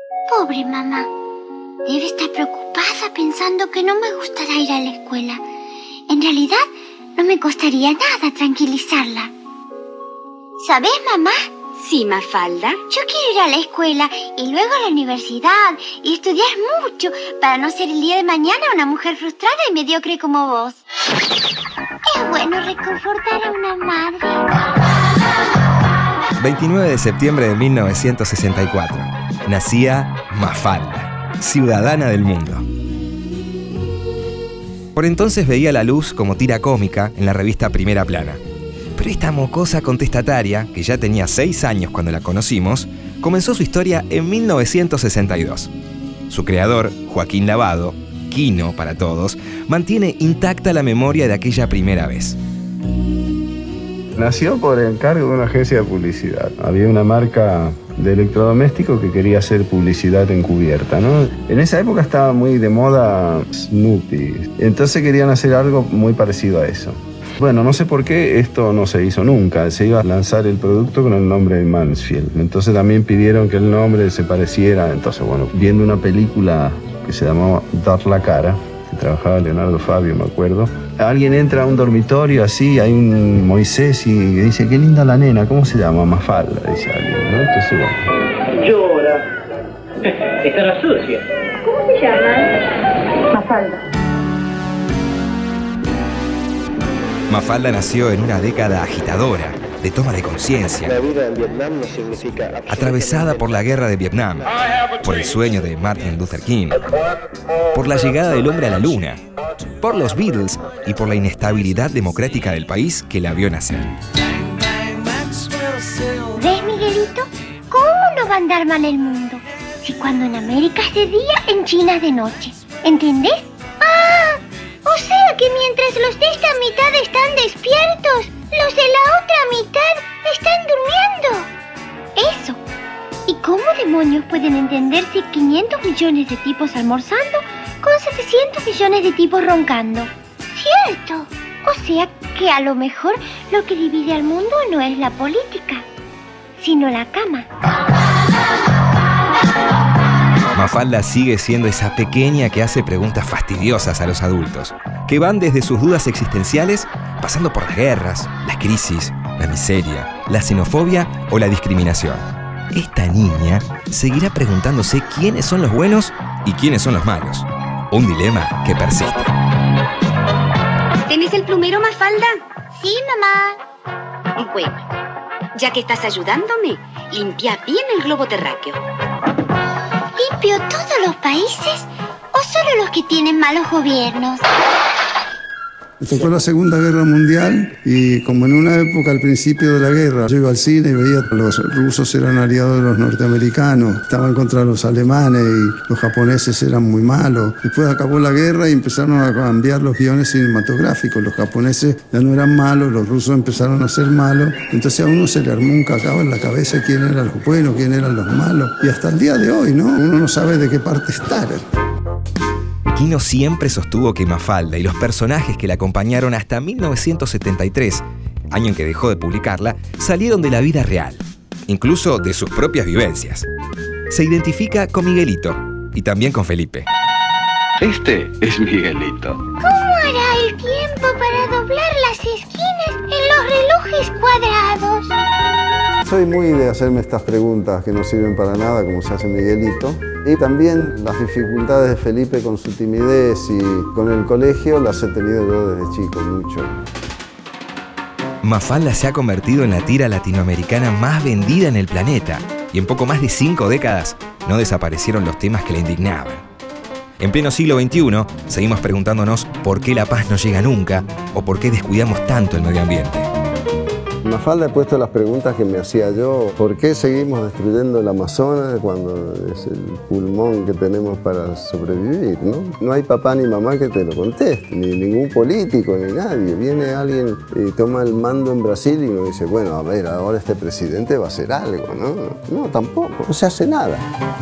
Pobre mamá. Debe estar preocupada pensando que no me gustará ir a la escuela. En realidad, no me costaría nada tranquilizarla. ¿Sabes, mamá? Sí, Mafalda. Yo quiero ir a la escuela y luego a la universidad y estudiar mucho para no ser el día de mañana una mujer frustrada y mediocre como vos. Es bueno reconfortar a una madre. 29 de septiembre de 1964. Nacía Mafalda, ciudadana del mundo. Por entonces veía la luz como tira cómica en la revista Primera Plana. Pero esta mocosa contestataria, que ya tenía 6 años cuando la conocimos, comenzó su historia en 1962. Su creador, Joaquín Lavado, Quino para todos, mantiene intacta la memoria de aquella primera vez. Nació por encargo de una agencia de publicidad. Había una marca de electrodomésticos que quería hacer publicidad encubierta, ¿no? En esa época estaba muy de moda Snoopy. Entonces querían hacer algo muy parecido a eso. Bueno, no sé por qué esto no se hizo nunca. Se iba a lanzar el producto con el nombre de Mansfield. Entonces también pidieron que el nombre se pareciera. Entonces, bueno, viendo una película que se llamaba Dar la cara, que trabajaba Leonardo Fabio, me acuerdo. Alguien entra a un dormitorio así, hay un Moisés y dice, qué linda la nena, ¿cómo se llama? Mafalda, dice alguien, ¿no? Entonces, bueno. Llora. Estará sucia. ¿Cómo se llama? Mafalda. Mafalda nació en una década agitadora, de toma de conciencia, La vida en Vietnam no significa atravesada por la guerra de Vietnam, por el sueño de Martin Luther King, por la llegada del hombre a la luna, por los Beatles y por la inestabilidad democrática del país que la vio nacer. ¿Ves, Miguelito? ¿Cómo no va a andar mal el mundo? Si cuando en América es de día, en China es de noche. ¿Entendés? ¡Ah! O sea que mientras los de esta mitad están despiertos, los de la otra mitad están durmiendo. Eso. ¿Y cómo demonios pueden entenderse 500 millones de tipos almorzando con 700 millones de tipos roncando? Cierto. O sea que a lo mejor lo que divide al mundo no es la política, sino la cama. Mafalda sigue siendo esa pequeña que hace preguntas fastidiosas a los adultos, que van desde sus dudas existenciales, pasando por las guerras, las crisis, la miseria, la xenofobia o la discriminación. Esta niña seguirá preguntándose quiénes son los buenos y quiénes son los malos. Un dilema que persiste. ¿Tenés el plumero, Mafalda? Sí, mamá. Bueno, ya que estás ayudándome, limpia bien el globo terráqueo. ¿Limpio todos los países o solo los que tienen malos gobiernos? Me tocó la Segunda Guerra Mundial y como en una época al principio de la guerra yo iba al cine y veía que los rusos eran aliados de los norteamericanos, estaban contra los alemanes y los japoneses eran muy malos. Después acabó la guerra y empezaron a cambiar los guiones cinematográficos. Los japoneses ya no eran malos, los rusos empezaron a ser malos. Entonces a uno se le armó un cacao en la cabeza quién eran los buenos, quién eran los malos. Y hasta el día de hoy, ¿no? Uno no sabe de qué parte estar. Quino siempre sostuvo que Mafalda y los personajes que la acompañaron hasta 1973, año en que dejó de publicarla, salieron de la vida real, incluso de sus propias vivencias. Se identifica con Miguelito y también con Felipe. Este es Miguelito. ¿Cómo hará el tiempo para doblar las esquinas en los relojes cuadrados? Soy muy de hacerme estas preguntas que no sirven para nada, como se hace Miguelito. Y también las dificultades de Felipe con su timidez y con el colegio las he tenido yo desde chico, mucho. Mafalda se ha convertido en la tira latinoamericana más vendida en el planeta y en poco más de 5 décadas no desaparecieron los temas que la indignaban. En pleno siglo XXI, seguimos preguntándonos por qué la paz no llega nunca o por qué descuidamos tanto el medio ambiente. Mafalda, he puesto las preguntas que me hacía yo. ¿Por qué seguimos destruyendo el Amazonas cuando es el pulmón que tenemos para sobrevivir, ¿no? No hay papá ni mamá que te lo conteste, ni ningún político, ni nadie. Viene alguien y toma el mando en Brasil y nos dice, bueno, a ver, ahora este presidente va a hacer algo, ¿no? No, tampoco, no se hace nada.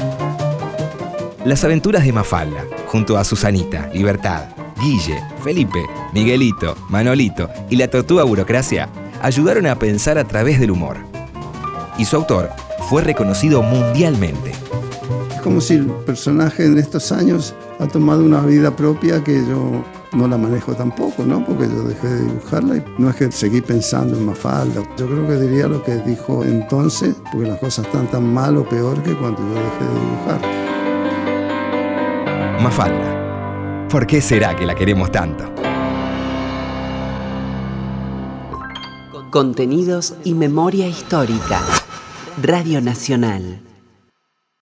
Las aventuras de Mafalda, junto a Susanita, Libertad, Guille, Felipe, Miguelito, Manolito y la tortuga burocracia, ayudaron a pensar a través del humor. Y su autor fue reconocido mundialmente. como si el personaje en estos años ha tomado una vida propia que yo no la manejo tampoco, ¿no? Porque yo dejé de dibujarla y no es que seguí pensando en Mafalda. Yo creo que diría lo que dijo entonces, porque las cosas están tan mal o peor que cuando yo dejé de dibujar. Mafalda, ¿por qué será que la queremos tanto? Contenidos y memoria histórica. Radio Nacional.